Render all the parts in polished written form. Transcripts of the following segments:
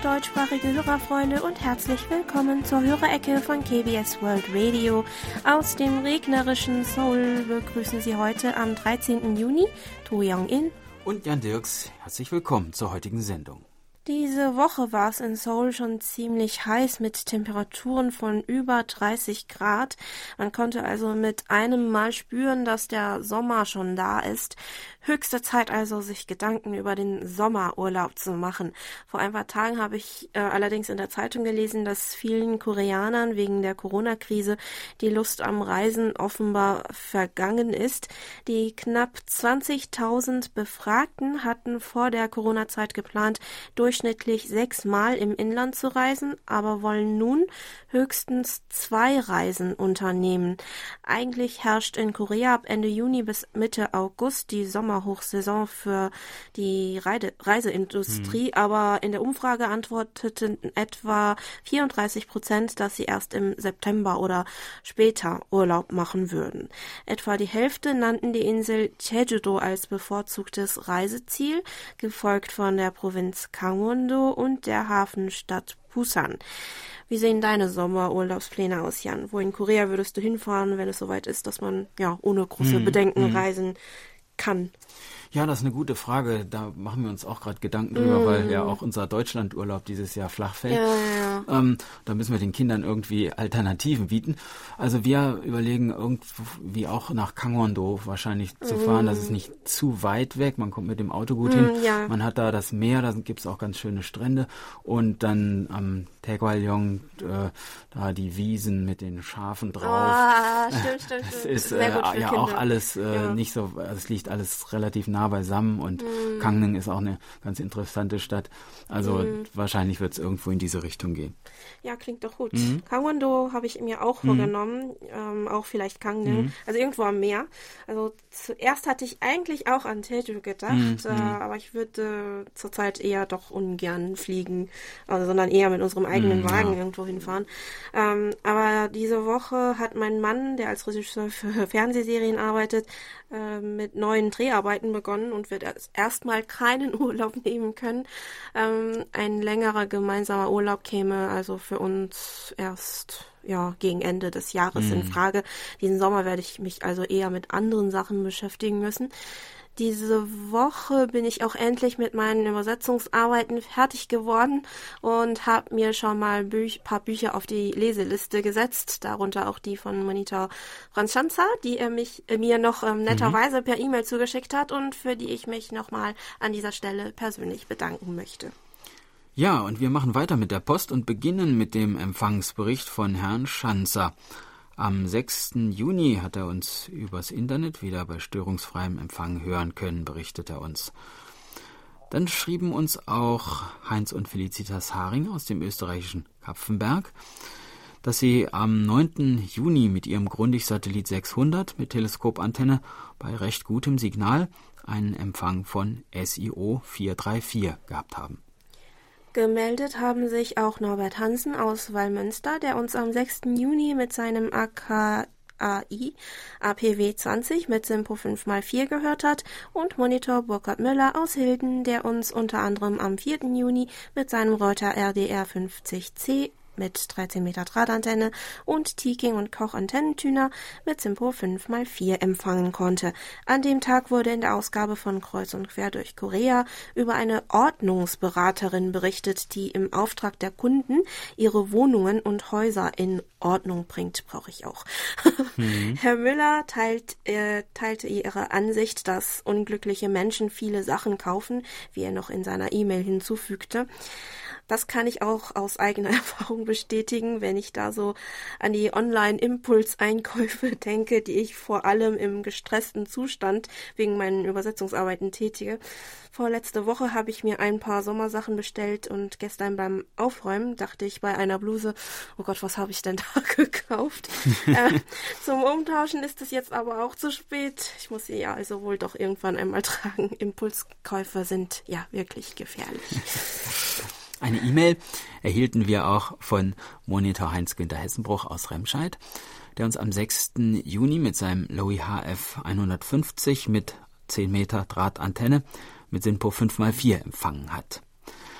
deutschsprachige Hörerfreunde und herzlich willkommen zur Hörerecke von KBS World Radio. Aus dem regnerischen Seoul begrüßen Sie heute am 13. Juni To Young-in und Jan Dirks. Herzlich willkommen zur heutigen Sendung. Diese Woche war es in Seoul schon ziemlich heiß mit Temperaturen von über 30 Grad. Man konnte also mit einem Mal spüren, dass der Sommer schon da ist. Höchste Zeit also, sich Gedanken über den Sommerurlaub zu machen. Vor ein paar Tagen habe ich allerdings in der Zeitung gelesen, dass vielen Koreanern wegen der Corona-Krise die Lust am Reisen offenbar vergangen ist. Die knapp 20.000 Befragten hatten vor der Corona-Zeit geplant, durchschnittlich 6 Mal im Inland zu reisen, aber wollen nun höchstens 2 Reisen unternehmen. Eigentlich herrscht in Korea ab Ende Juni bis Mitte August die Sommerhochsaison für die Reiseindustrie, aber in der Umfrage antworteten etwa 34%, dass sie erst im September oder später Urlaub machen würden. Etwa die Hälfte nannten die Insel Jeju-do als bevorzugtes Reiseziel, gefolgt von der Provinz Gangwon-do und der Hafenstadt Busan. Wie sehen deine Sommerurlaubspläne aus, Jan? Wo in Korea würdest du hinfahren, wenn es soweit ist, dass man ohne große Bedenken reisen kann? Ja, das ist eine gute Frage. Da machen wir uns auch gerade Gedanken drüber, weil ja auch unser Deutschlandurlaub dieses Jahr flach fällt. Da müssen wir den Kindern irgendwie Alternativen bieten. Also wir überlegen irgendwie auch nach Gangwon-do wahrscheinlich zu fahren. Das ist nicht zu weit weg. Man kommt mit dem Auto gut hin. Ja. Man hat da das Meer, da gibt es auch ganz schöne Strände. Und dann am Taegwallyeong, da die Wiesen mit den Schafen drauf. Stimmt. Das ist ja auch alles nicht so, also es liegt alles relativ nah beisammen und Gangneung ist auch eine ganz interessante Stadt. Also wahrscheinlich wird es irgendwo in diese Richtung gehen. Ja, klingt doch gut. Gangwon-do habe ich mir auch vorgenommen, auch vielleicht Gangneung, also irgendwo am Meer. Also zuerst hatte ich eigentlich auch an Jeju gedacht, aber ich würde zurzeit eher doch ungern fliegen, sondern eher mit unserem eigenen Wagen irgendwo hinfahren. Aber diese Woche hat mein Mann, der als Regisseur für Fernsehserien arbeitet, mit neuen Dreharbeiten begonnen und wird erstmal keinen Urlaub nehmen können. Ein längerer gemeinsamer Urlaub käme also für uns erst gegen Ende des Jahres in Frage. Diesen Sommer werde ich mich also eher mit anderen Sachen beschäftigen müssen. Diese Woche bin ich auch endlich mit meinen Übersetzungsarbeiten fertig geworden und habe mir schon mal paar Bücher auf die Leseliste gesetzt, darunter auch die von Monitor Franz Schanzer, die er mir noch netterweise per E-Mail zugeschickt hat und für die ich mich nochmal an dieser Stelle persönlich bedanken möchte. Ja, und wir machen weiter mit der Post und beginnen mit dem Empfangsbericht von Herrn Schanzer. Am 6. Juni hat er uns übers Internet wieder bei störungsfreiem Empfang hören können, berichtet er uns. Dann schrieben uns auch Heinz und Felicitas Haring aus dem österreichischen Kapfenberg, dass sie am 9. Juni mit ihrem Grundig-Satellit 600 mit Teleskopantenne bei recht gutem Signal einen Empfang von SIO 434 gehabt haben. Gemeldet haben sich auch Norbert Hansen aus Wallmünster, der uns am 6. Juni mit seinem AKAI APW 20 mit Simpo 5x4 gehört hat, und Monitor Burkhard Müller aus Hilden, der uns unter anderem am 4. Juni mit seinem Reuter RDR 50C mit 13 Meter Drahtantenne und Tiking und Koch Antennentuner mit Simpo 5x4 empfangen konnte. An dem Tag wurde in der Ausgabe von Kreuz und Quer durch Korea über eine Ordnungsberaterin berichtet, die im Auftrag der Kunden ihre Wohnungen und Häuser in Ordnung bringt. Brauche ich auch. Herr Müller teilte ihre Ansicht, dass unglückliche Menschen viele Sachen kaufen, wie er noch in seiner E-Mail hinzufügte. Das kann ich auch aus eigener Erfahrung bestätigen, wenn ich da so an die Online-Impulseinkäufe denke, die ich vor allem im gestressten Zustand wegen meinen Übersetzungsarbeiten tätige. Vorletzte Woche habe ich mir ein paar Sommersachen bestellt und gestern beim Aufräumen dachte ich bei einer Bluse, oh Gott, was habe ich denn da gekauft? Zum Umtauschen ist es jetzt aber auch zu spät. Ich muss sie ja also wohl doch irgendwann einmal tragen. Impulskäufe sind ja wirklich gefährlich. Eine E-Mail erhielten wir auch von Monitor Heinz-Günther Hessenbruch aus Remscheid, der uns am 6. Juni mit seinem Lowy HF 150 mit 10 Meter Drahtantenne mit Simpo 5x4 empfangen hat.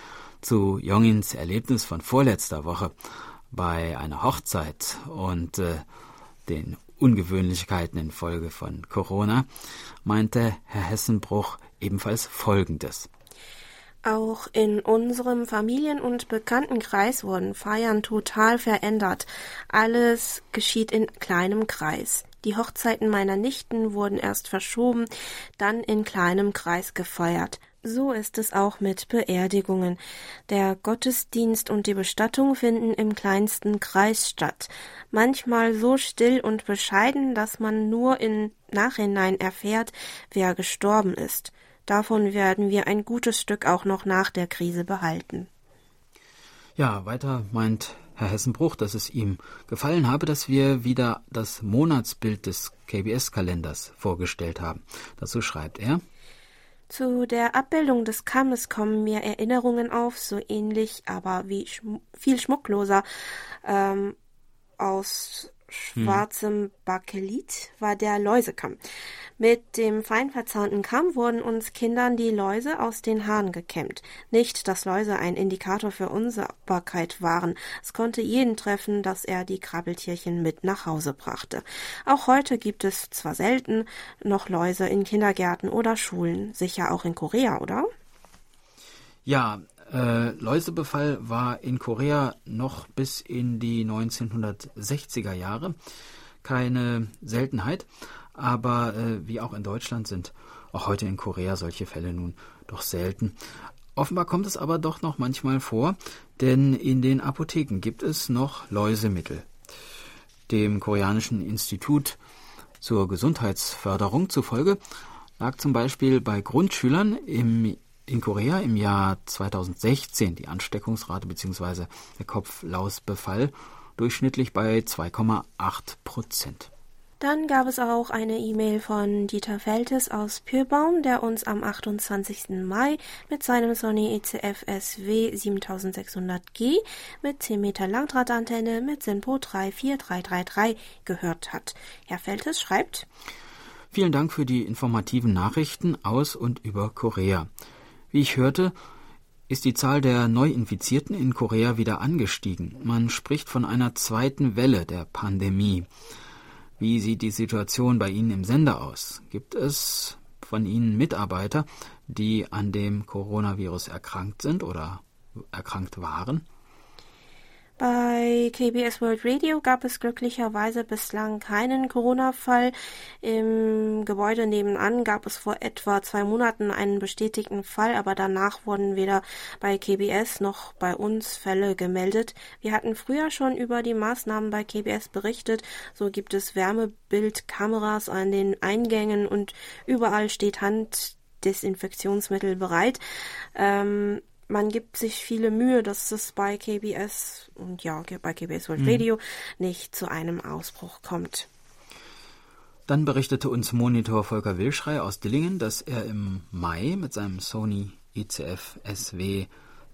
zu Jongins Erlebnis von vorletzter Woche bei einer Hochzeit und den Ungewöhnlichkeiten infolge von Corona, meinte Herr Hessenbruch ebenfalls Folgendes. Auch in unserem Familien- und Bekanntenkreis wurden Feiern total verändert. Alles geschieht in kleinem Kreis. Die Hochzeiten meiner Nichten wurden erst verschoben, dann in kleinem Kreis gefeiert. So ist es auch mit Beerdigungen. Der Gottesdienst und die Bestattung finden im kleinsten Kreis statt. Manchmal so still und bescheiden, dass man nur im Nachhinein erfährt, wer gestorben ist. Davon werden wir ein gutes Stück auch noch nach der Krise behalten. Ja, weiter meint Herr Hessenbruch, dass es ihm gefallen habe, dass wir wieder das Monatsbild des KBS-Kalenders vorgestellt haben. Dazu schreibt er: Zu der Abbildung des Kammes kommen mir Erinnerungen auf, so ähnlich, aber wie viel schmuckloser. Aus schwarzem Bakelit war der Läusekamm. Mit dem fein verzahnten Kamm wurden uns Kindern die Läuse aus den Haaren gekämmt. Nicht, dass Läuse ein Indikator für Unsauberkeit waren. Es konnte jeden treffen, dass er die Krabbeltierchen mit nach Hause brachte. Auch heute gibt es zwar selten noch Läuse in Kindergärten oder Schulen. Sicher auch in Korea, oder? Ja, Läusebefall war in Korea noch bis in die 1960er Jahre keine Seltenheit, aber wie auch in Deutschland sind auch heute in Korea solche Fälle nun doch selten. Offenbar kommt es aber doch noch manchmal vor, denn in den Apotheken gibt es noch Läusemittel. Dem Koreanischen Institut zur Gesundheitsförderung zufolge lag zum Beispiel bei Grundschülern in Korea im Jahr 2016 die Ansteckungsrate bzw. der Kopflausbefall durchschnittlich bei 2,8%. Dann gab es auch eine E-Mail von Dieter Feltes aus Pyrbaum, der uns am 28. Mai mit seinem Sony ECF-SW 7600G mit 10 Meter Langdrahtantenne mit SINPO 34333 gehört hat. Herr Feltes schreibt: Vielen Dank für die informativen Nachrichten aus und über Korea. Wie ich hörte, ist die Zahl der Neuinfizierten in Korea wieder angestiegen. Man spricht von einer zweiten Welle der Pandemie. Wie sieht die Situation bei Ihnen im Sender aus? Gibt es von Ihnen Mitarbeiter, die an dem Coronavirus erkrankt sind oder erkrankt waren? Bei KBS World Radio gab es glücklicherweise bislang keinen Corona-Fall. Im Gebäude nebenan gab es vor etwa 2 Monaten einen bestätigten Fall, aber danach wurden weder bei KBS noch bei uns Fälle gemeldet. Wir hatten früher schon über die Maßnahmen bei KBS berichtet. So gibt es Wärmebildkameras an den Eingängen und überall steht Handdesinfektionsmittel bereit. Man gibt sich viele Mühe, dass es bei KBS und bei KBS World Radio nicht zu einem Ausbruch kommt. Dann berichtete uns Monitor Volker Wilschrei aus Dillingen, dass er im Mai mit seinem Sony ECF-SW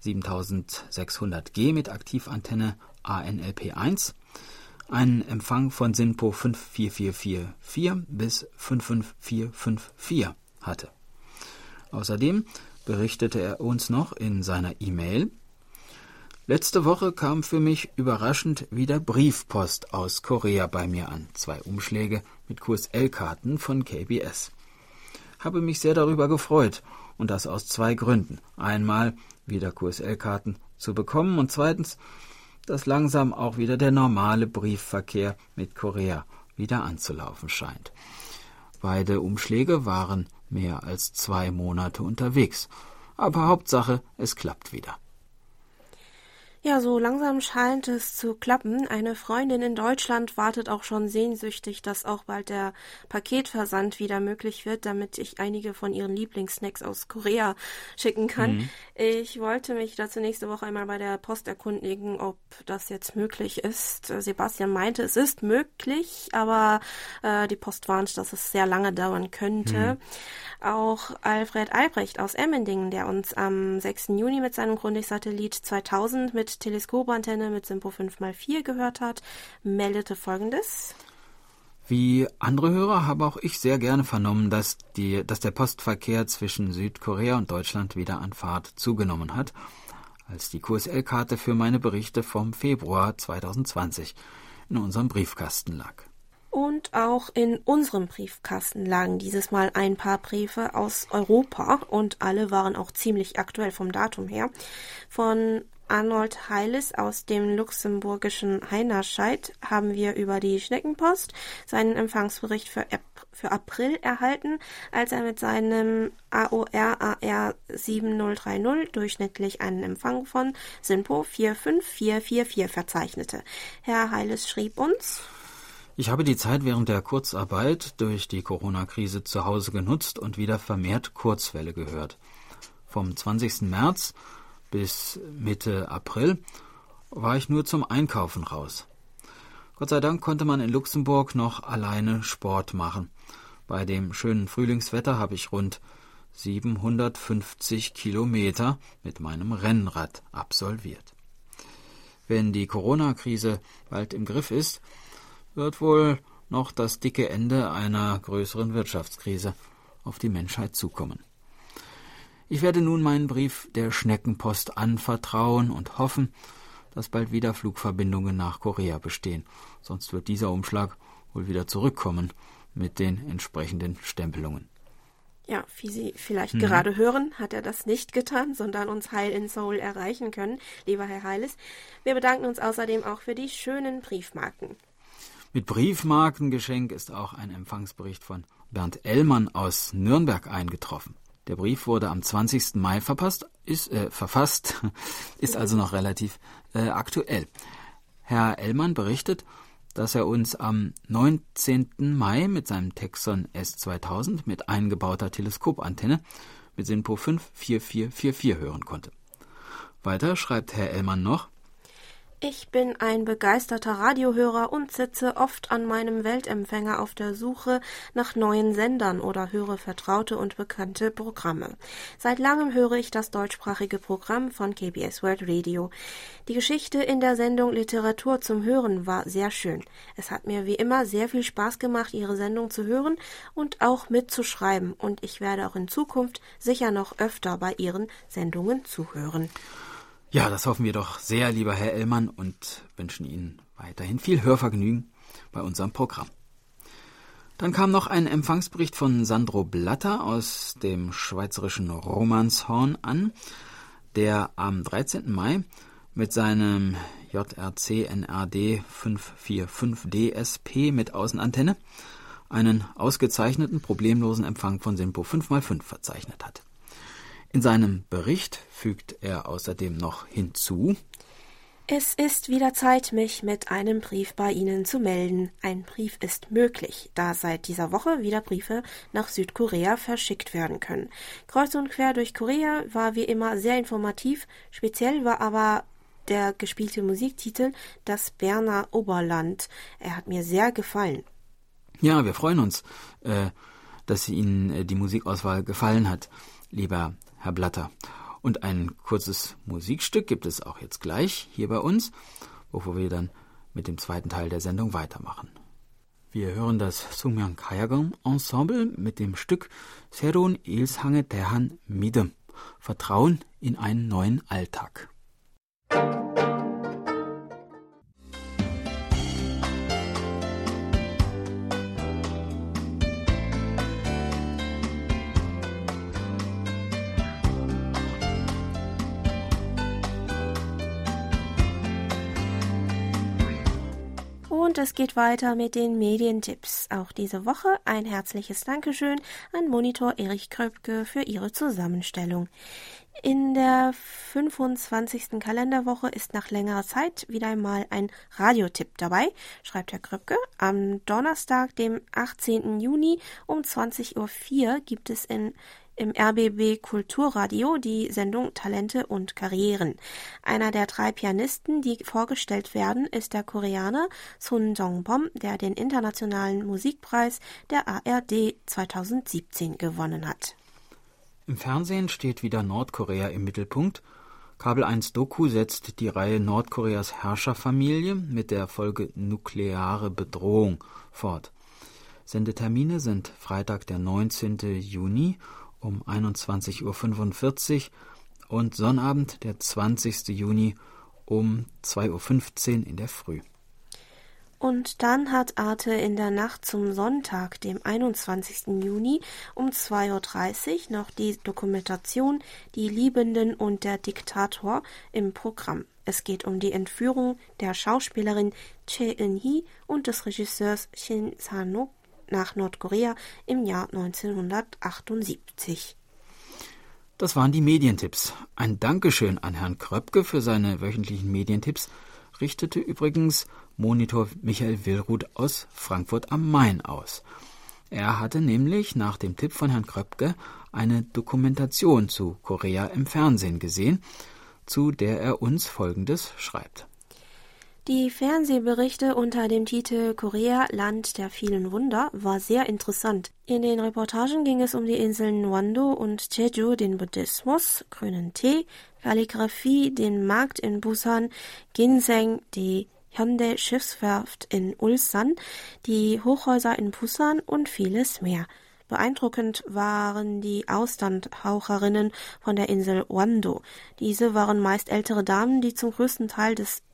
7600G mit Aktivantenne ANLP1 einen Empfang von SINPO 54444 bis 55454 hatte. Außerdem berichtete er uns noch in seiner E-Mail: Letzte Woche kam für mich überraschend wieder Briefpost aus Korea bei mir an. 2 Umschläge mit QSL-Karten von KBS. Habe mich sehr darüber gefreut und das aus 2 Gründen. Einmal wieder QSL-Karten zu bekommen und zweitens, dass langsam auch wieder der normale Briefverkehr mit Korea wieder anzulaufen scheint. Beide Umschläge waren mehr als 2 Monate unterwegs. Aber Hauptsache, es klappt wieder. Ja, so langsam scheint es zu klappen. Eine Freundin in Deutschland wartet auch schon sehnsüchtig, dass auch bald der Paketversand wieder möglich wird, damit ich einige von ihren Lieblingssnacks aus Korea schicken kann. Ich wollte mich dazu nächste Woche einmal bei der Post erkundigen, ob das jetzt möglich ist. Sebastian meinte, es ist möglich, aber die Post warnt, dass es sehr lange dauern könnte. Auch Alfred Albrecht aus Emmendingen, der uns am 6. Juni mit seinem Grundig-Satellit 2000 mit Teleskopantenne mit SINPO 5x4 gehört hat, meldete Folgendes: Wie andere Hörer habe auch ich sehr gerne vernommen, dass der Postverkehr zwischen Südkorea und Deutschland wieder an Fahrt zugenommen hat. als die QSL-Karte für meine Berichte vom Februar 2020 in unserem Briefkasten lag. Und auch in unserem Briefkasten lagen dieses Mal ein paar Briefe aus Europa und alle waren auch ziemlich aktuell vom Datum her. Von Arnold Heiles aus dem luxemburgischen Heinerscheid haben wir über die Schneckenpost seinen Empfangsbericht für April erhalten, als er mit seinem AOR AR 7030 durchschnittlich einen Empfang von SINPO 45444 verzeichnete. Herr Heiles schrieb uns: Ich habe die Zeit während der Kurzarbeit durch die Corona-Krise zu Hause genutzt und wieder vermehrt Kurzwelle gehört. Vom 20. März bis Mitte April war ich nur zum Einkaufen raus. Gott sei Dank konnte man in Luxemburg noch alleine Sport machen. Bei dem schönen Frühlingswetter habe ich rund 750 Kilometer mit meinem Rennrad absolviert. Wenn die Corona-Krise bald im Griff ist, wird wohl noch das dicke Ende einer größeren Wirtschaftskrise auf die Menschheit zukommen. Ich werde nun meinen Brief der Schneckenpost anvertrauen und hoffen, dass bald wieder Flugverbindungen nach Korea bestehen. Sonst wird dieser Umschlag wohl wieder zurückkommen mit den entsprechenden Stempelungen. Ja, wie Sie vielleicht gerade hören, hat er das nicht getan, sondern uns heil in Seoul erreichen können, lieber Herr Heiles. Wir bedanken uns außerdem auch für die schönen Briefmarken. Mit Briefmarkengeschenk ist auch ein Empfangsbericht von Bernd Ellmann aus Nürnberg eingetroffen. Der Brief wurde am 20. Mai verfasst, ist also noch relativ aktuell. Herr Ellmann berichtet, dass er uns am 19. Mai mit seinem Texon S2000 mit eingebauter Teleskopantenne mit SINPO 54444 hören konnte. Weiter schreibt Herr Ellmann noch: Ich bin ein begeisterter Radiohörer und sitze oft an meinem Weltempfänger auf der Suche nach neuen Sendern oder höre vertraute und bekannte Programme. Seit langem höre ich das deutschsprachige Programm von KBS World Radio. Die Geschichte in der Sendung Literatur zum Hören war sehr schön. Es hat mir wie immer sehr viel Spaß gemacht, Ihre Sendung zu hören und auch mitzuschreiben. Und ich werde auch in Zukunft sicher noch öfter bei Ihren Sendungen zuhören. Ja, das hoffen wir doch sehr, lieber Herr Ellmann, und wünschen Ihnen weiterhin viel Hörvergnügen bei unserem Programm. Dann kam noch ein Empfangsbericht von Sandro Blatter aus dem schweizerischen Romanshorn an, der am 13. Mai mit seinem JRC NRD 545 DSP mit Außenantenne einen ausgezeichneten, problemlosen Empfang von SINPO 5x5 verzeichnet hat. In seinem Bericht fügt er außerdem noch hinzu: Es ist wieder Zeit, mich mit einem Brief bei Ihnen zu melden. Ein Brief ist möglich, da seit dieser Woche wieder Briefe nach Südkorea verschickt werden können. Kreuz und quer durch Korea war wie immer sehr informativ, speziell war aber der gespielte Musiktitel Das Berner Oberland. Er hat mir sehr gefallen. Ja, wir freuen uns, dass Ihnen die Musikauswahl gefallen hat, lieber Herr Blatter. Und ein kurzes Musikstück gibt es auch jetzt gleich hier bei uns, bevor wir dann mit dem zweiten Teil der Sendung weitermachen. Wir hören das Sungmyeon Kayagang Ensemble mit dem Stück Seron Ilshange Daehan Midem, Vertrauen in einen neuen Alltag. Und es geht weiter mit den Medientipps. Auch diese Woche ein herzliches Dankeschön an Monitor Erich Kröpke für ihre Zusammenstellung. In der 25. Kalenderwoche ist nach längerer Zeit wieder einmal ein Radiotipp dabei, schreibt Herr Kröpke. Am Donnerstag, dem 18. Juni um 20.04 Uhr gibt es im RBB Kulturradio die Sendung Talente und Karrieren. Einer der 3 Pianisten, die vorgestellt werden, ist der Koreaner Sun Jong-bom, der den internationalen Musikpreis der ARD 2017 gewonnen hat. Im Fernsehen steht wieder Nordkorea im Mittelpunkt. Kabel 1 Doku setzt die Reihe Nordkoreas Herrscherfamilie mit der Folge Nukleare Bedrohung fort. Sendetermine sind Freitag, der 19. Juni um 21.45 Uhr und Sonnabend, der 20. Juni um 2.15 Uhr in der Früh. Und dann hat Arte in der Nacht zum Sonntag, dem 21. Juni um 2.30 Uhr noch die Dokumentation Die Liebenden und der Diktator im Programm. Es geht um die Entführung der Schauspielerin Choi Eun-hee und des Regisseurs Shin Sang-ok nach Nordkorea im Jahr 1978. Das waren die Medientipps. Ein Dankeschön an Herrn Kröpke für seine wöchentlichen Medientipps richtete übrigens Monitor Michael Willruth aus Frankfurt am Main aus. Er hatte nämlich nach dem Tipp von Herrn Kröpke eine Dokumentation zu Korea im Fernsehen gesehen, zu der er uns Folgendes schreibt. Die Fernsehberichte unter dem Titel Korea, Land der vielen Wunder, war sehr interessant. In den Reportagen ging es um die Inseln Wando und Jeju, den Buddhismus, grünen Tee, Kalligraphie, den Markt in Busan, Ginseng, die Hyundai Schiffswerft in Ulsan, die Hochhäuser in Busan und vieles mehr. Beeindruckend waren die Austernhaucherinnen von der Insel Wando. Diese waren meist ältere Damen, die zum größten Teil das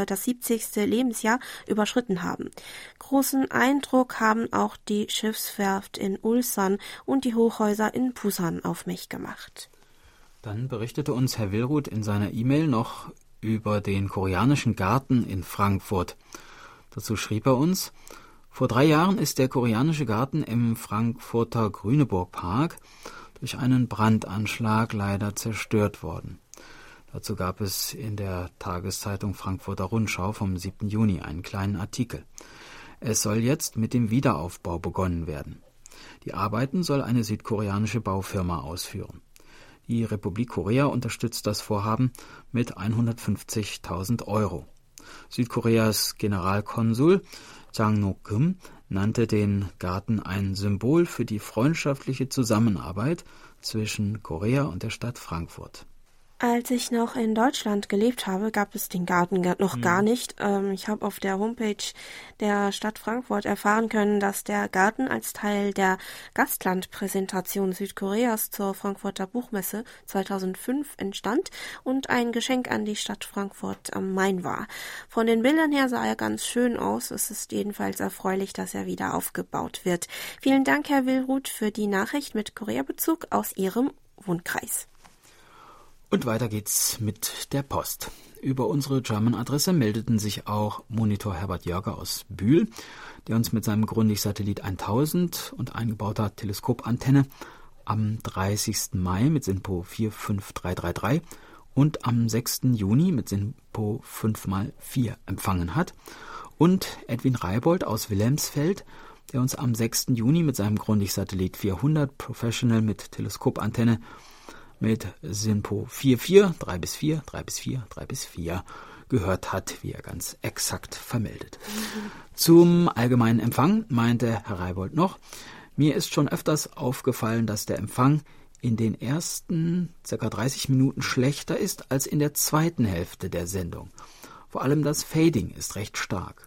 70. Lebensjahr überschritten haben. Großen Eindruck haben auch die Schiffswerft in Ulsan und die Hochhäuser in Busan auf mich gemacht. Dann berichtete uns Herr Willruth in seiner E-Mail noch über den koreanischen Garten in Frankfurt. Dazu schrieb er uns: Vor 3 Jahren ist der koreanische Garten im Frankfurter Grüneburg-Park durch einen Brandanschlag leider zerstört worden. Dazu gab es in der Tageszeitung Frankfurter Rundschau vom 7. Juni einen kleinen Artikel. Es soll jetzt mit dem Wiederaufbau begonnen werden. Die Arbeiten soll eine südkoreanische Baufirma ausführen. Die Republik Korea unterstützt das Vorhaben mit 150.000 €. Südkoreas Generalkonsul Jang No-kim nannte den Garten ein Symbol für die freundschaftliche Zusammenarbeit zwischen Korea und der Stadt Frankfurt. Als ich noch in Deutschland gelebt habe, gab es den Garten noch gar nicht. Ich habe auf der Homepage der Stadt Frankfurt erfahren können, dass der Garten als Teil der Gastlandpräsentation Südkoreas zur Frankfurter Buchmesse 2005 entstand und ein Geschenk an die Stadt Frankfurt am Main war. Von den Bildern her sah er ganz schön aus. Es ist jedenfalls erfreulich, dass er wieder aufgebaut wird. Vielen Dank, Herr Willruth, für die Nachricht mit Korea-Bezug aus Ihrem Wohnkreis. Und weiter geht's mit der Post. Über unsere German-Adresse meldeten sich auch Monitor Herbert Jörger aus Bühl, der uns mit seinem Grundig-Satellit 1000 und eingebauter Teleskopantenne am 30. Mai mit SINPO 45333 und am 6. Juni mit SINPO 5x4 empfangen hat, und Edwin Reibold aus Wilhelmsfeld, der uns am 6. Juni mit seinem Grundig-Satellit 400 Professional mit Teleskopantenne mit SINPO 44, 3-4, 3-4, 3-4 gehört hat, wie er ganz exakt vermeldet. Zum allgemeinen Empfang meinte Herr Reibold noch: Mir ist schon öfters aufgefallen, dass der Empfang in den ersten ca. 30 Minuten schlechter ist als in der zweiten Hälfte der Sendung. Vor allem das Fading ist recht stark.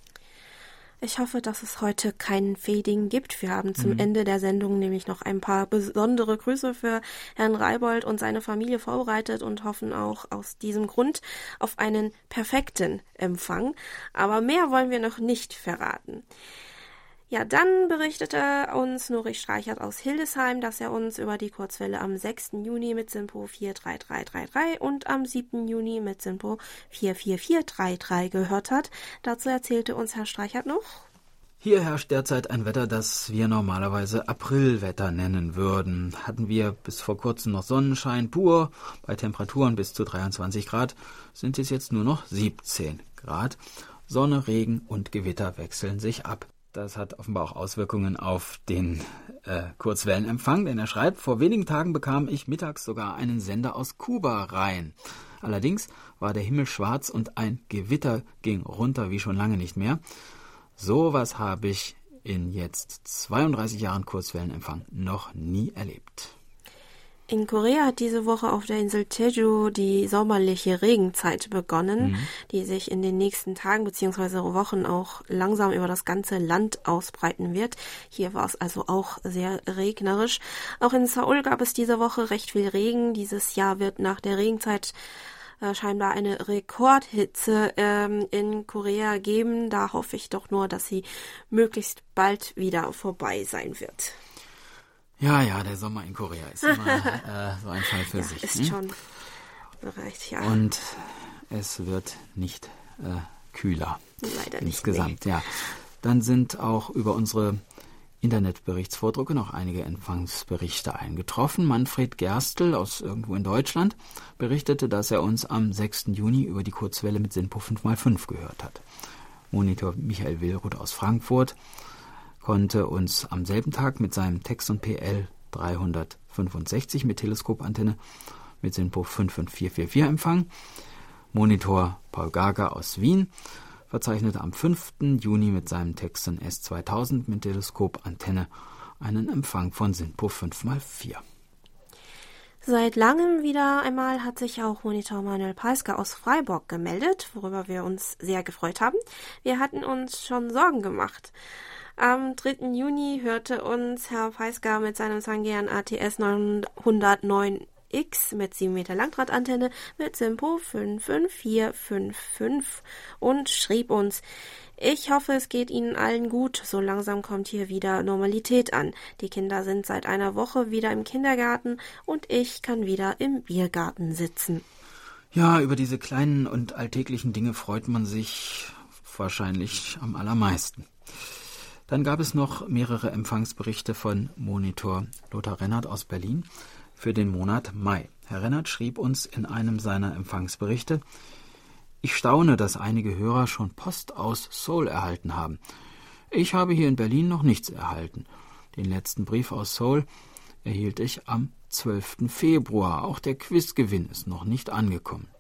Ich hoffe, dass es heute kein Fading gibt. Wir haben zum Ende der Sendung nämlich noch ein paar besondere Grüße für Herrn Reibold und seine Familie vorbereitet und hoffen auch aus diesem Grund auf einen perfekten Empfang. Aber mehr wollen wir noch nicht verraten. Ja, dann berichtete uns Nuri Streichert aus Hildesheim, dass er uns über die Kurzwelle am 6. Juni mit SINPO 43333 und am 7. Juni mit SINPO 44433 gehört hat. Dazu erzählte uns Herr Streichert noch: Hier herrscht derzeit ein Wetter, das wir normalerweise Aprilwetter nennen würden. Hatten wir bis vor kurzem noch Sonnenschein pur, bei Temperaturen bis zu 23 Grad, sind es jetzt nur noch 17 Grad. Sonne, Regen und Gewitter wechseln sich ab. Das hat offenbar auch Auswirkungen auf den Kurzwellenempfang, denn er schreibt: Vor wenigen Tagen bekam ich mittags sogar einen Sender aus Kuba rein. Allerdings war der Himmel schwarz und ein Gewitter ging runter wie schon lange nicht mehr. Sowas habe ich in jetzt 32 Jahren Kurzwellenempfang noch nie erlebt. In Korea hat diese Woche auf der Insel Jeju die sommerliche Regenzeit begonnen, die sich in den nächsten Tagen bzw. Wochen auch langsam über das ganze Land ausbreiten wird. Hier war es also auch sehr regnerisch. Auch in Seoul gab es diese Woche recht viel Regen. Dieses Jahr wird nach der Regenzeit scheinbar eine Rekordhitze in Korea geben. Da hoffe ich doch nur, dass sie möglichst bald wieder vorbei sein wird. Ja, der Sommer in Korea ist immer so ein Fall für sich. Ist schon recht, ja. Und es wird nicht kühler. Leider insgesamt, ja. Dann sind auch über unsere Internetberichtsvordrucke noch einige Empfangsberichte eingetroffen. Manfred Gerstl aus irgendwo in Deutschland berichtete, dass er uns am 6. Juni über die Kurzwelle mit SINPO 5x5 gehört hat. Monitor Michael Willruth aus Frankfurt konnte uns am selben Tag mit seinem Texon PL 365 mit Teleskopantenne mit SINPO 55444 empfangen. Monitor Paul Gager aus Wien verzeichnete am 5. Juni mit seinem Texon S2000 mit Teleskopantenne einen Empfang von SINPO 5x4. Seit langem wieder einmal hat sich auch Monitor Manuel Peisker aus Freiburg gemeldet, worüber wir uns sehr gefreut haben. Wir hatten uns schon Sorgen gemacht. Am 3. Juni hörte uns Herr Peisker mit seinem Sangean ATS 909X mit 7 Meter Langdrahtantenne mit SINPO 55455 und schrieb uns: Ich hoffe, es geht Ihnen allen gut. So langsam kommt hier wieder Normalität an. Die Kinder sind seit einer Woche wieder im Kindergarten und ich kann wieder im Biergarten sitzen. Ja, über diese kleinen und alltäglichen Dinge freut man sich wahrscheinlich am allermeisten. Dann gab es noch mehrere Empfangsberichte von Monitor Lothar Rennert aus Berlin für den Monat Mai. Herr Rennert schrieb uns in einem seiner Empfangsberichte: Ich staune, dass einige Hörer schon Post aus Seoul erhalten haben. Ich habe hier in Berlin noch nichts erhalten. Den letzten Brief aus Seoul erhielt ich am 12. Februar. Auch der Quizgewinn ist noch nicht angekommen.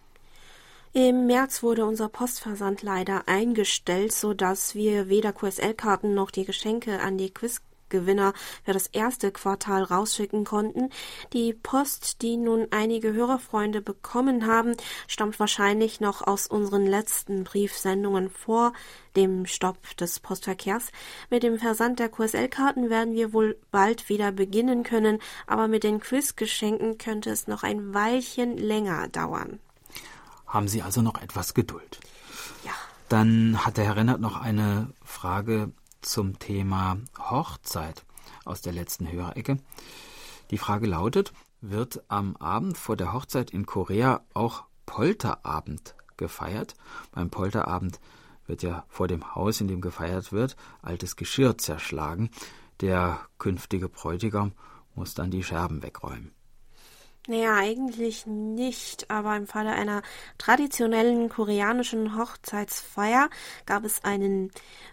Im März wurde unser Postversand leider eingestellt, sodass wir weder QSL-Karten noch die Geschenke an die Quizgewinner für das erste Quartal rausschicken konnten. Die Post, die nun einige Hörerfreunde bekommen haben, stammt wahrscheinlich noch aus unseren letzten Briefsendungen vor dem Stopp des Postverkehrs. Mit dem Versand der QSL-Karten werden wir wohl bald wieder beginnen können, aber mit den Quizgeschenken könnte es noch ein Weilchen länger dauern. Haben Sie also noch etwas Geduld? Ja. Dann hat der Herr Rennert noch eine Frage zum Thema Hochzeit aus der letzten Hörerecke. Die Frage lautet: Wird am Abend vor der Hochzeit in Korea auch Polterabend gefeiert? Beim Polterabend wird ja vor dem Haus, in dem gefeiert wird, altes Geschirr zerschlagen. Der künftige Bräutigam muss dann die Scherben wegräumen. Naja, eigentlich nicht, aber im Falle einer traditionellen koreanischen Hochzeitsfeier gab es einen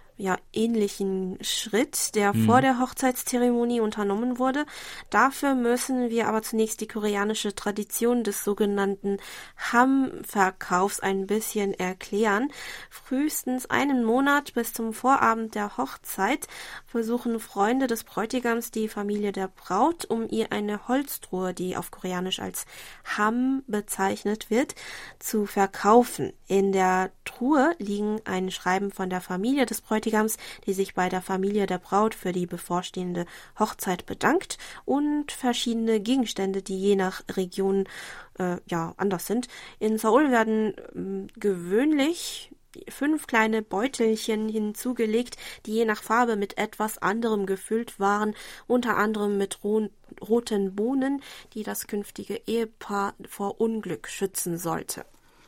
ähnlichen Schritt, der vor der Hochzeitszeremonie unternommen wurde. Dafür müssen wir aber zunächst die koreanische Tradition des sogenannten Ham-Verkaufs ein bisschen erklären. Frühestens einen Monat bis zum Vorabend der Hochzeit versuchen Freunde des Bräutigams die Familie der Braut, um ihr eine Holztruhe, die auf Koreanisch als Ham bezeichnet wird, zu verkaufen. In der Truhe liegen ein Schreiben von der Familie des Bräutigams, die sich bei der Familie der Braut für die bevorstehende Hochzeit bedankt, und verschiedene Gegenstände, die je nach Region anders sind. In Seoul werden gewöhnlich 5 kleine Beutelchen hinzugelegt, die je nach Farbe mit etwas anderem gefüllt waren, unter anderem mit roten Bohnen, die das künftige Ehepaar vor Unglück schützen sollte.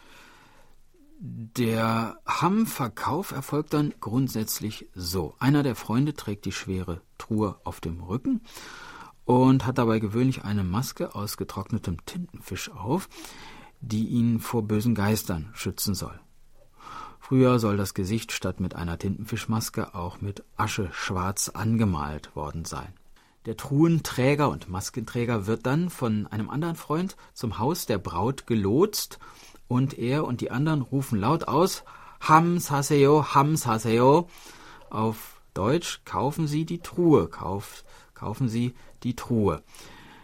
Der Ham-Verkauf erfolgt dann grundsätzlich so: Einer der Freunde trägt die schwere Truhe auf dem Rücken und hat dabei gewöhnlich eine Maske aus getrocknetem Tintenfisch auf, die ihn vor bösen Geistern schützen soll. Früher soll das Gesicht statt mit einer Tintenfischmaske auch mit Asche schwarz angemalt worden sein. Der Truhenträger und Maskenträger wird dann von einem anderen Freund zum Haus der Braut gelotst, und er und die anderen rufen laut aus: Ham saseyo, Ham saseyo. Auf Deutsch: kaufen Sie die Truhe, kaufen Sie die Truhe.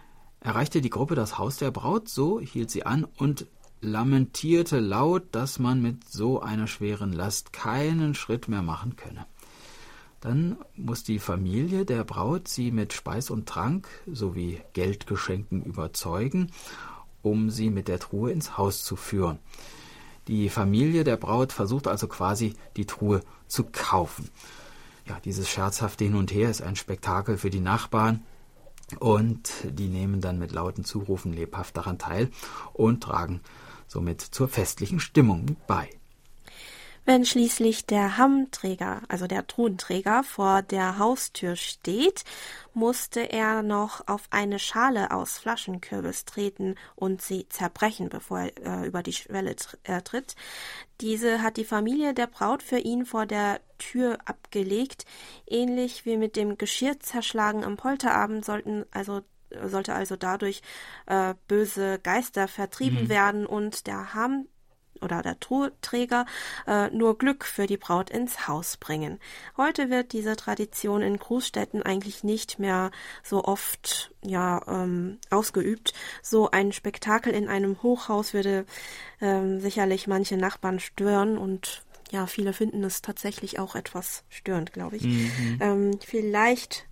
erreichte die Gruppe das Haus der Braut, so hielt sie an und lamentierte laut, dass man mit so einer schweren Last keinen Schritt mehr machen könne. Dann muss die Familie der Braut sie mit Speis und Trank sowie Geldgeschenken überzeugen, um sie mit der Truhe ins Haus zu führen. Die Familie der Braut versucht also quasi, die Truhe zu kaufen. Ja, dieses scherzhafte Hin und Her ist ein Spektakel für die Nachbarn und die nehmen dann mit lauten Zurufen lebhaft daran teil und tragen somit zur festlichen Stimmung bei. Wenn schließlich der Hammträger, also der Truhenträger, vor der Haustür steht, musste er noch auf eine Schale aus Flaschenkürbis treten und sie zerbrechen, bevor er über die Schwelle tritt. Diese hat die Familie der Braut für ihn vor der Tür abgelegt. Ähnlich wie mit dem Geschirrzerschlagen am Polterabend sollte also dadurch böse Geister vertrieben werden und der der Truheträger nur Glück für die Braut ins Haus bringen. Heute wird diese Tradition in Großstädten eigentlich nicht mehr so oft ausgeübt. So ein Spektakel in einem Hochhaus würde sicherlich manche Nachbarn stören und ja, viele finden es tatsächlich auch etwas störend, glaube ich. Vielleicht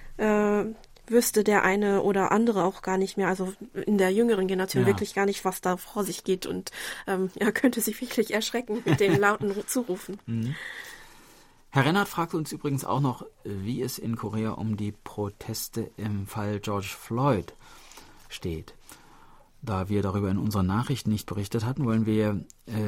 wüsste der eine oder andere auch gar nicht mehr, also in der jüngeren Generation wirklich gar nicht, was da vor sich geht und könnte sich wirklich erschrecken mit den lauten Zurufen. Herr Rennert fragt uns übrigens auch noch, wie es in Korea um die Proteste im Fall George Floyd steht. Da wir darüber in unseren Nachrichten nicht berichtet hatten, wollen wir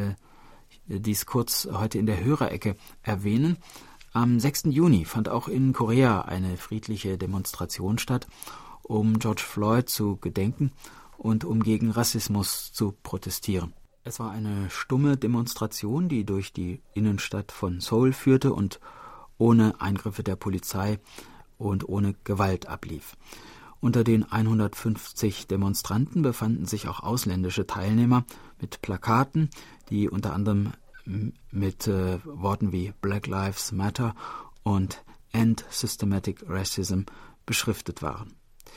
dies kurz heute in der Hörerecke erwähnen. Am 6. Juni fand auch in Korea eine friedliche Demonstration statt, um George Floyd zu gedenken und um gegen Rassismus zu protestieren. Es war eine stumme Demonstration, die durch die Innenstadt von Seoul führte und ohne Eingriffe der Polizei und ohne Gewalt ablief. Unter den 150 Demonstranten befanden sich auch ausländische Teilnehmer mit Plakaten, die unter anderem mit Worten wie Black Lives Matter und End Systematic Racism beschriftet waren.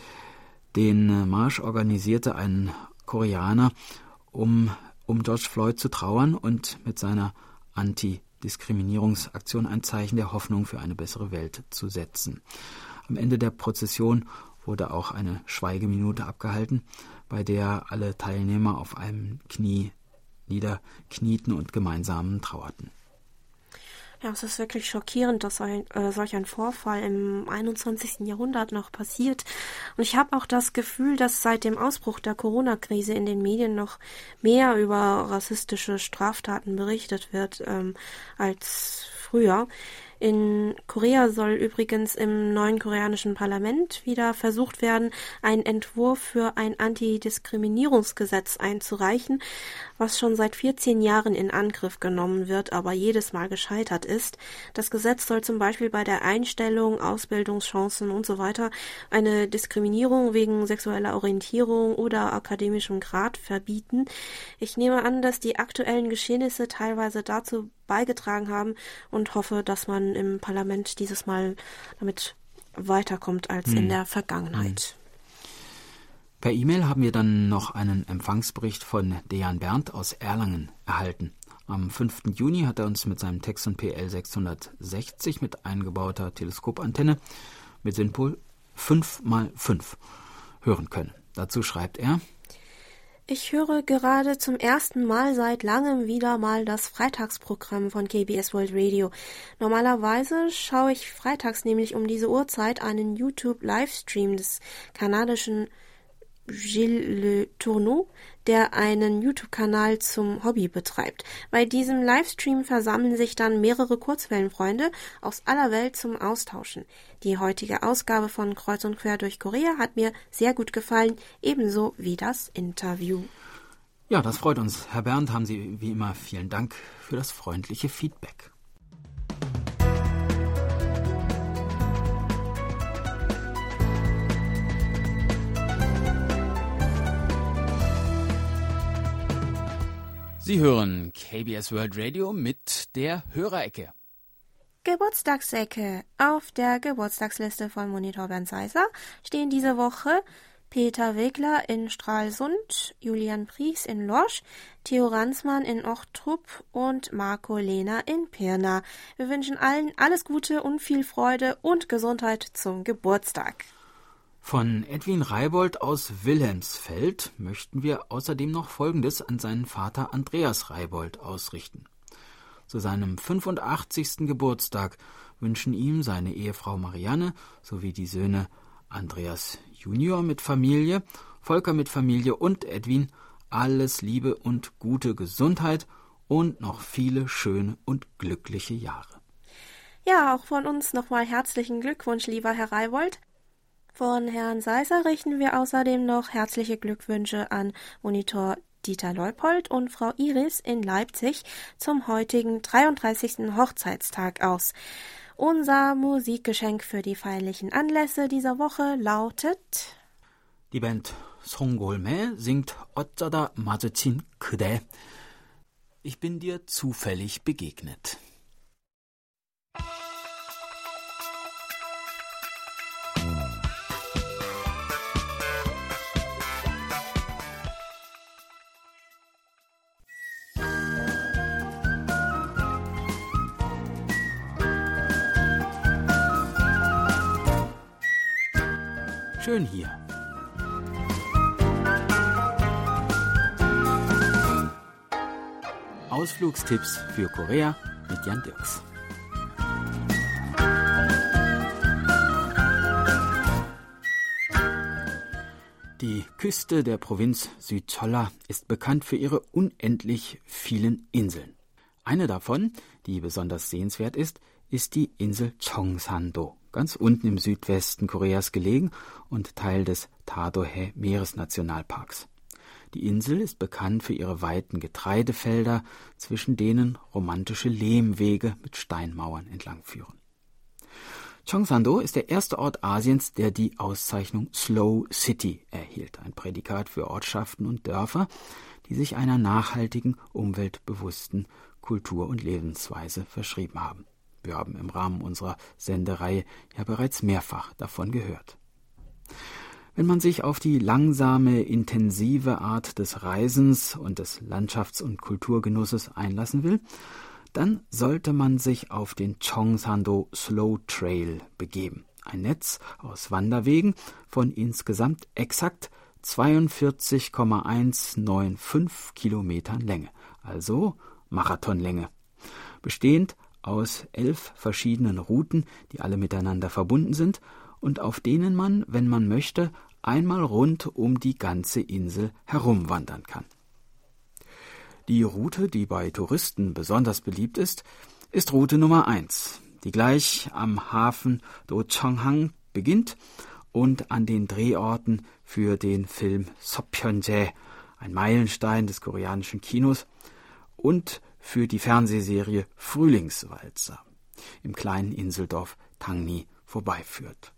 Den Marsch organisierte ein Koreaner, um George Floyd zu trauern und mit seiner Antidiskriminierungsaktion ein Zeichen der Hoffnung für eine bessere Welt zu setzen. Am Ende der Prozession wurde auch eine Schweigeminute abgehalten, bei der alle Teilnehmer auf einem Knie niederknieten und gemeinsam trauerten. Ja, es ist wirklich schockierend, dass solch ein Vorfall im 21. Jahrhundert noch passiert. Und ich habe auch das Gefühl, dass seit dem Ausbruch der Corona-Krise in den Medien noch mehr über rassistische Straftaten berichtet wird als früher. In Korea soll übrigens im neuen koreanischen Parlament wieder versucht werden, einen Entwurf für ein Antidiskriminierungsgesetz einzureichen, was schon seit 14 Jahren in Angriff genommen wird, aber jedes Mal gescheitert ist. Das Gesetz soll zum Beispiel bei der Einstellung, Ausbildungschancen und so weiter eine Diskriminierung wegen sexueller Orientierung oder akademischem Grad verbieten. Ich nehme an, dass die aktuellen Geschehnisse teilweise dazu beigetragen haben und hoffe, dass man im Parlament dieses Mal damit weiterkommt als in der Vergangenheit. Per E-Mail haben wir dann noch einen Empfangsbericht von Dejan Berndt aus Erlangen erhalten. Am 5. Juni hat er uns mit seinem Texon PL 660 mit eingebauter Teleskopantenne mit Synpol 5x5 hören können. Dazu schreibt er: Ich höre gerade zum ersten Mal seit langem wieder mal das Freitagsprogramm von KBS World Radio. Normalerweise schaue ich freitags nämlich um diese Uhrzeit einen YouTube-Livestream des kanadischen Gilles Le Tourneau, der einen YouTube-Kanal zum Hobby betreibt. Bei diesem Livestream versammeln sich dann mehrere Kurzwellenfreunde aus aller Welt zum Austauschen. Die heutige Ausgabe von Kreuz und Quer durch Korea hat mir sehr gut gefallen, ebenso wie das Interview. Ja, das freut uns. Herr Berndt, haben Sie wie immer vielen Dank für das freundliche Feedback. Sie hören KBS World Radio mit der Hörerecke. Geburtstagsecke. Auf der Geburtstagsliste von Monitor Bernd Seiser stehen diese Woche Peter Wegler in Stralsund, Julian Pries in Lorsch, Theo Ransmann in Ochtrup und Marco Lehner in Pirna. Wir wünschen allen alles Gute und viel Freude und Gesundheit zum Geburtstag. Von Edwin Reibold aus Wilhelmsfeld möchten wir außerdem noch Folgendes an seinen Vater Andreas Reibold ausrichten. Zu seinem 85. Geburtstag wünschen ihm seine Ehefrau Marianne sowie die Söhne Andreas Junior mit Familie, Volker mit Familie und Edwin alles Liebe und gute Gesundheit und noch viele schöne und glückliche Jahre. Ja, auch von uns nochmal herzlichen Glückwunsch, lieber Herr Reibold. Von Herrn Seisser richten wir außerdem noch herzliche Glückwünsche an Monitor Dieter Leupold und Frau Iris in Leipzig zum heutigen 33. Hochzeitstag aus. Unser Musikgeschenk für die feierlichen Anlässe dieser Woche lautet: Die Band 송골매 singt 어쩌다 마주친 그대. Ich bin dir zufällig begegnet. Schön hier. Ausflugstipps für Korea mit Jan Dirks. Die Küste der Provinz Südcholla ist bekannt für ihre unendlich vielen Inseln. Eine davon, die besonders sehenswert ist die Insel Cheongsan-do, ganz unten im Südwesten Koreas gelegen und Teil des Tadohae-Meeresnationalparks. Die Insel ist bekannt für ihre weiten Getreidefelder, zwischen denen romantische Lehmwege mit Steinmauern entlangführen. Cheongsan-do ist der erste Ort Asiens, der die Auszeichnung Slow City erhielt, ein Prädikat für Ortschaften und Dörfer, die sich einer nachhaltigen, umweltbewussten Kultur- und Lebensweise verschrieben haben. Wir haben im Rahmen unserer Sendereihe ja bereits mehrfach davon gehört. Wenn man sich auf die langsame, intensive Art des Reisens und des Landschafts- und Kulturgenusses einlassen will, dann sollte man sich auf den Cheongsan-do Slow Trail begeben. Ein Netz aus Wanderwegen von insgesamt exakt 42,195 Kilometern Länge, also Marathonlänge, bestehend aus 11 verschiedenen Routen, die alle miteinander verbunden sind und auf denen man, wenn man möchte, einmal rund um die ganze Insel herumwandern kann. Die Route, die bei Touristen besonders beliebt ist Route Nummer 1, die gleich am Hafen Do-Chonghang beginnt und an den Drehorten für den Film Sopyeonjae, ein Meilenstein des koreanischen Kinos, und für die Fernsehserie Frühlingswalzer im kleinen Inseldorf Tangni vorbeiführt.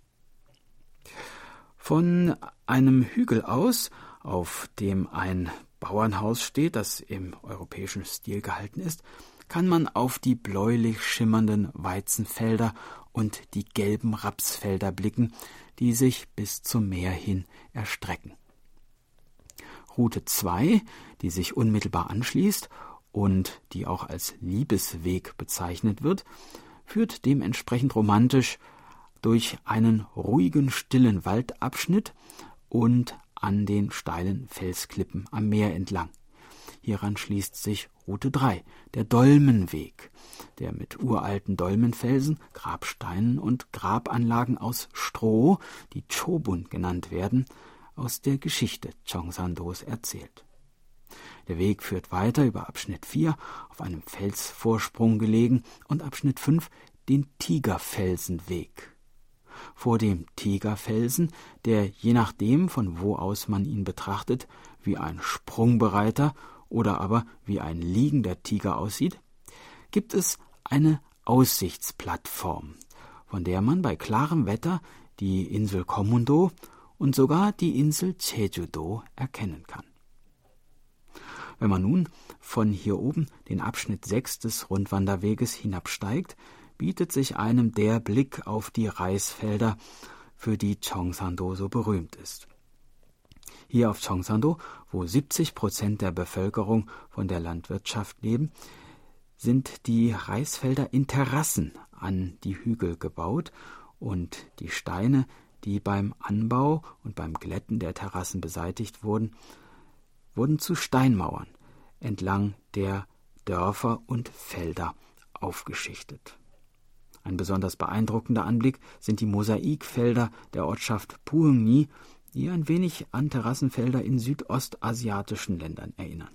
Von einem Hügel aus, auf dem ein Bauernhaus steht, das im europäischen Stil gehalten ist, kann man auf die bläulich schimmernden Weizenfelder und die gelben Rapsfelder blicken, die sich bis zum Meer hin erstrecken. Route 2, die sich unmittelbar anschließt und die auch als Liebesweg bezeichnet wird, führt dementsprechend romantisch durch einen ruhigen, stillen Waldabschnitt und an den steilen Felsklippen am Meer entlang. Hieran schließt sich Route 3, der Dolmenweg, der mit uralten Dolmenfelsen, Grabsteinen und Grabanlagen aus Stroh, die Chobun genannt werden, aus der Geschichte Cheongsan-dos erzählt. Der Weg führt weiter über Abschnitt 4, auf einem Felsvorsprung gelegen, und Abschnitt 5, den Tigerfelsenweg. Vor dem Tigerfelsen, der je nachdem, von wo aus man ihn betrachtet, wie ein sprungbereiter oder aber wie ein liegender Tiger aussieht, gibt es eine Aussichtsplattform, von der man bei klarem Wetter die Insel Komundo und sogar die Insel Jeju-do erkennen kann. Wenn man nun von hier oben den Abschnitt 6 des Rundwanderweges hinabsteigt, bietet sich einem der Blick auf die Reisfelder, für die Cheongsan-do so berühmt ist. Hier auf Cheongsan-do, wo 70% der Bevölkerung von der Landwirtschaft leben, sind die Reisfelder in Terrassen an die Hügel gebaut und die Steine, die beim Anbau und beim Glätten der Terrassen beseitigt wurden, wurden zu Steinmauern entlang der Dörfer und Felder aufgeschichtet. Ein besonders beeindruckender Anblick sind die Mosaikfelder der Ortschaft Pueungni, die ein wenig an Terrassenfelder in südostasiatischen Ländern erinnern.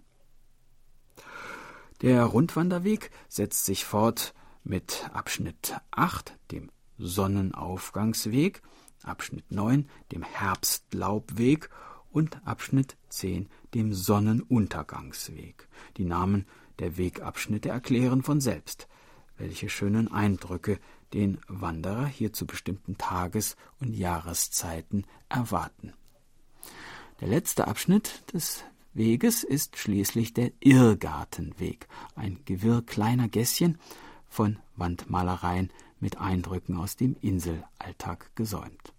Der Rundwanderweg setzt sich fort mit Abschnitt 8, dem Sonnenaufgangsweg, Abschnitt 9, dem Herbstlaubweg und Abschnitt 10, dem Sonnenuntergangsweg. Die Namen der Wegabschnitte erklären von selbst, welche schönen Eindrücke den Wanderer hier zu bestimmten Tages- und Jahreszeiten erwarten. Der letzte Abschnitt des Weges ist schließlich der Irrgartenweg, ein Gewirr kleiner Gässchen von Wandmalereien mit Eindrücken aus dem Inselalltag gesäumt.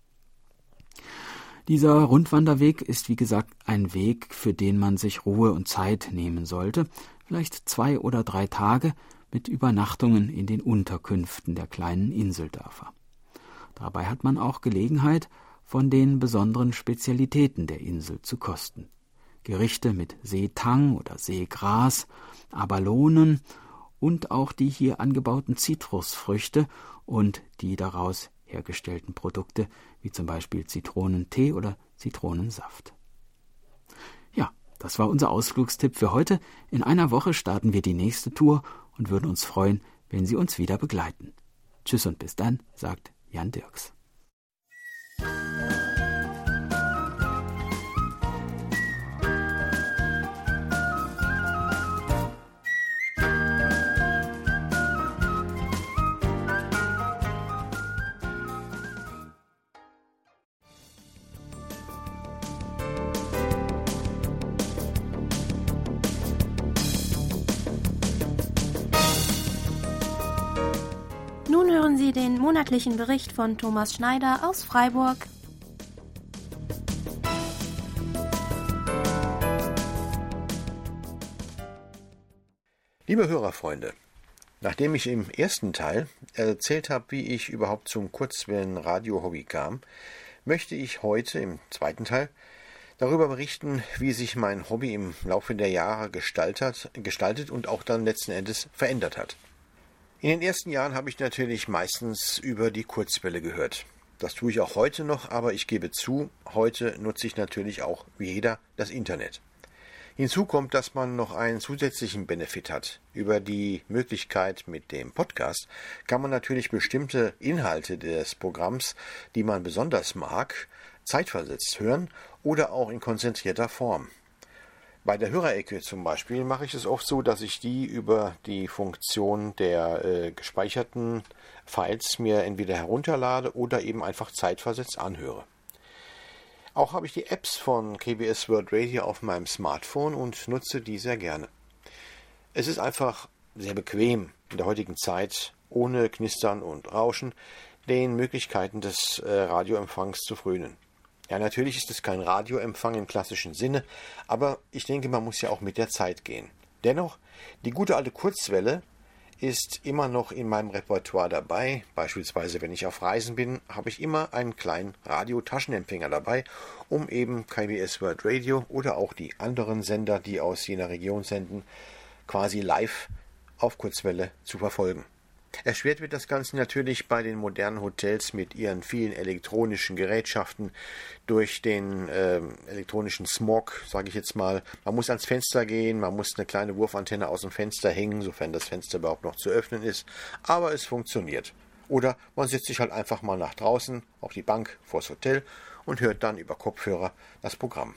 Dieser Rundwanderweg ist, wie gesagt, ein Weg, für den man sich Ruhe und Zeit nehmen sollte, vielleicht 2 oder 3 Tage mit Übernachtungen in den Unterkünften der kleinen Inseldörfer. Dabei hat man auch Gelegenheit, von den besonderen Spezialitäten der Insel zu kosten. Gerichte mit Seetang oder Seegras, Abalonen und auch die hier angebauten Zitrusfrüchte und die daraus hergestellten Produkte, wie zum Beispiel Zitronentee oder Zitronensaft. Ja, das war unser Ausflugstipp für heute. In einer Woche starten wir die nächste Tour und würden uns freuen, wenn Sie uns wieder begleiten. Tschüss und bis dann, sagt Jan Dirks. Nun hören Sie den monatlichen Bericht von Thomas Schneider aus Freiburg. Liebe Hörerfreunde, nachdem ich im ersten Teil erzählt habe, wie ich überhaupt zum Kurzwellen-Radio-Hobby kam, möchte ich heute im zweiten Teil darüber berichten, wie sich mein Hobby im Laufe der Jahre gestaltet und auch dann letzten Endes verändert hat. In den ersten Jahren habe ich natürlich meistens über die Kurzwelle gehört. Das tue ich auch heute noch, aber ich gebe zu, heute nutze ich natürlich auch wie jeder das Internet. Hinzu kommt, dass man noch einen zusätzlichen Benefit hat. Über die Möglichkeit mit dem Podcast kann man natürlich bestimmte Inhalte des Programms, die man besonders mag, zeitversetzt hören oder auch in konzentrierter Form. Bei der Hörerecke zum Beispiel mache ich es oft so, dass ich die über die Funktion der gespeicherten Files mir entweder herunterlade oder eben einfach zeitversetzt anhöre. Auch habe ich die Apps von KBS World Radio auf meinem Smartphone und nutze die sehr gerne. Es ist einfach sehr bequem in der heutigen Zeit, ohne Knistern und Rauschen, den Möglichkeiten des Radioempfangs zu frönen. Ja, natürlich ist es kein Radioempfang im klassischen Sinne, aber ich denke, man muss ja auch mit der Zeit gehen. Dennoch, die gute alte Kurzwelle ist immer noch in meinem Repertoire dabei. Beispielsweise, wenn ich auf Reisen bin, habe ich immer einen kleinen Radiotaschenempfänger dabei, um eben KBS World Radio oder auch die anderen Sender, die aus jener Region senden, quasi live auf Kurzwelle zu verfolgen. Erschwert wird das Ganze natürlich bei den modernen Hotels mit ihren vielen elektronischen Gerätschaften durch den elektronischen Smog, sage ich jetzt mal. Man muss ans Fenster gehen, man muss eine kleine Wurfantenne aus dem Fenster hängen, sofern das Fenster überhaupt noch zu öffnen ist. Aber es funktioniert. Oder man setzt sich halt einfach mal nach draußen auf die Bank vors Hotel und hört dann über Kopfhörer das Programm.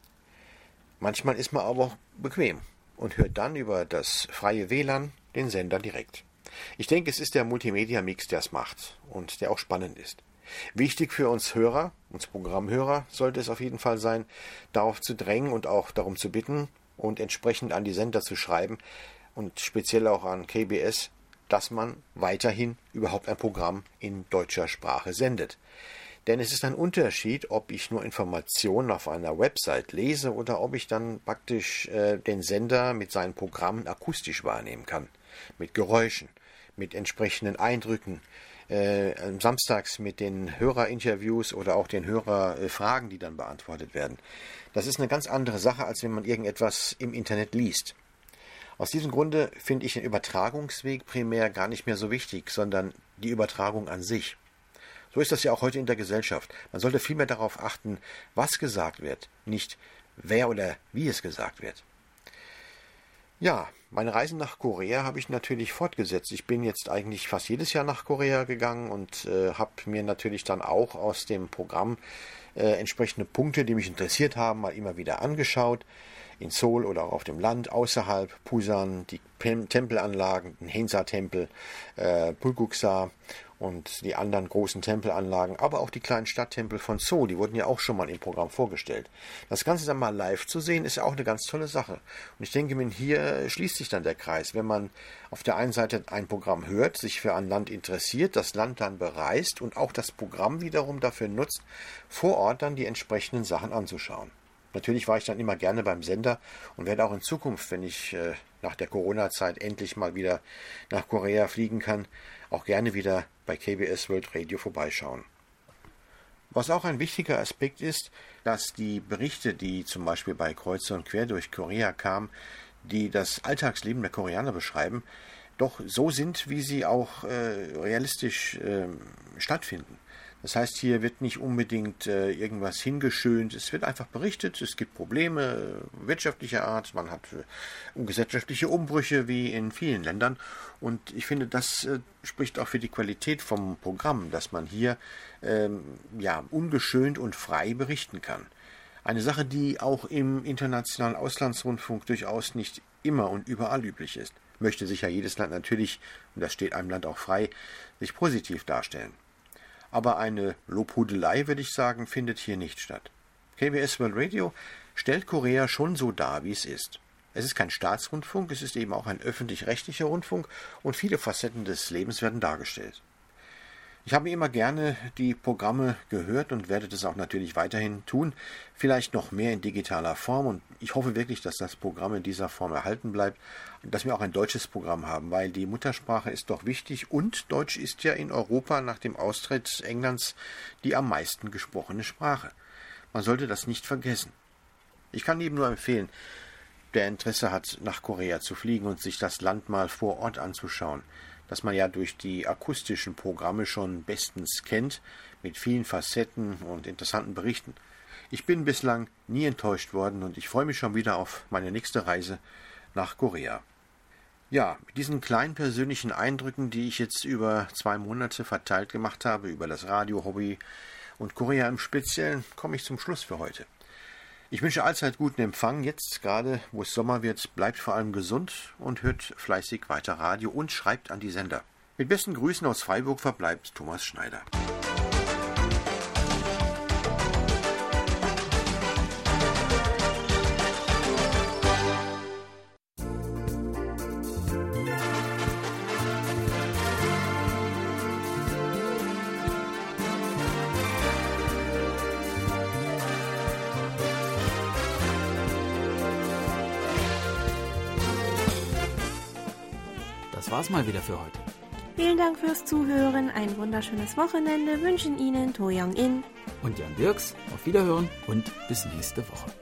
Manchmal ist man aber auch bequem und hört dann über das freie WLAN den Sender direkt. Ich denke, es ist der Multimedia-Mix, der es macht und der auch spannend ist. Wichtig für uns Hörer, uns Programmhörer, sollte es auf jeden Fall sein, darauf zu drängen und auch darum zu bitten und entsprechend an die Sender zu schreiben und speziell auch an KBS, dass man weiterhin überhaupt ein Programm in deutscher Sprache sendet. Denn es ist ein Unterschied, ob ich nur Informationen auf einer Website lese oder ob ich dann praktisch den Sender mit seinen Programmen akustisch wahrnehmen kann. Mit Geräuschen, mit entsprechenden Eindrücken. Samstags mit den Hörerinterviews oder auch den Hörerfragen, die dann beantwortet werden. Das ist eine ganz andere Sache, als wenn man irgendetwas im Internet liest. Aus diesem Grunde finde ich den Übertragungsweg primär gar nicht mehr so wichtig, sondern die Übertragung an sich. So ist das ja auch heute in der Gesellschaft. Man sollte vielmehr darauf achten, was gesagt wird, nicht wer oder wie es gesagt wird. Ja, meine Reisen nach Korea habe ich natürlich fortgesetzt. Ich bin jetzt eigentlich fast jedes Jahr nach Korea gegangen und habe mir natürlich dann auch aus dem Programm entsprechende Punkte, die mich interessiert haben, mal immer wieder angeschaut. In Seoul oder auch auf dem Land, außerhalb, Busan, die Tempelanlagen, den Haeinsa-Tempel, Bulguksa und die anderen großen Tempelanlagen, aber auch die kleinen Stadttempel von Seoul, die wurden ja auch schon mal im Programm vorgestellt. Das Ganze dann mal live zu sehen, ist ja auch eine ganz tolle Sache. Und ich denke mir, hier schließt sich dann der Kreis. Wenn man auf der einen Seite ein Programm hört, sich für ein Land interessiert, das Land dann bereist und auch das Programm wiederum dafür nutzt, vor Ort dann die entsprechenden Sachen anzuschauen. Natürlich war ich dann immer gerne beim Sender und werde auch in Zukunft, wenn ich nach der Corona-Zeit endlich mal wieder nach Korea fliegen kann, auch gerne wieder bei KBS World Radio vorbeischauen. Was auch ein wichtiger Aspekt ist, dass die Berichte, die zum Beispiel bei Kreuz und Quer durch Korea kamen, die das Alltagsleben der Koreaner beschreiben, doch so sind, wie sie auch realistisch stattfinden. Das heißt, hier wird nicht unbedingt irgendwas hingeschönt, es wird einfach berichtet, es gibt Probleme wirtschaftlicher Art, man hat gesellschaftliche Umbrüche wie in vielen Ländern und ich finde, das spricht auch für die Qualität vom Programm, dass man hier ungeschönt und frei berichten kann. Eine Sache, die auch im internationalen Auslandsrundfunk durchaus nicht immer und überall üblich ist. Möchte sich ja jedes Land natürlich, und das steht einem Land auch frei, sich positiv darstellen. Aber eine Lobhudelei, würde ich sagen, findet hier nicht statt. KBS World Radio stellt Korea schon so dar, wie es ist. Es ist kein Staatsrundfunk, es ist eben auch ein öffentlich-rechtlicher Rundfunk und viele Facetten des Lebens werden dargestellt. Ich habe immer gerne die Programme gehört und werde das auch natürlich weiterhin tun, vielleicht noch mehr in digitaler Form und ich hoffe wirklich, dass das Programm in dieser Form erhalten bleibt und dass wir auch ein deutsches Programm haben, weil die Muttersprache ist doch wichtig und Deutsch ist ja in Europa nach dem Austritt Englands die am meisten gesprochene Sprache. Man sollte das nicht vergessen. Ich kann eben nur empfehlen, der Interesse hat, nach Korea zu fliegen und sich das Land mal vor Ort anzuschauen, das man ja durch die akustischen Programme schon bestens kennt, mit vielen Facetten und interessanten Berichten. Ich bin bislang nie enttäuscht worden und ich freue mich schon wieder auf meine nächste Reise nach Korea. Ja, mit diesen kleinen persönlichen Eindrücken, die ich jetzt über 2 Monate verteilt gemacht habe, über das Radio-Hobby und Korea im Speziellen, komme ich zum Schluss für heute. Ich wünsche allzeit guten Empfang. Jetzt gerade, wo es Sommer wird, bleibt vor allem gesund und hört fleißig weiter Radio und schreibt an die Sender. Mit besten Grüßen aus Freiburg verbleibt Thomas Schneider. Das war's mal wieder für heute. Vielen Dank fürs Zuhören, ein wunderschönes Wochenende wünschen Ihnen To Young-in Und Jan Dirks, auf Wiederhören und bis nächste Woche.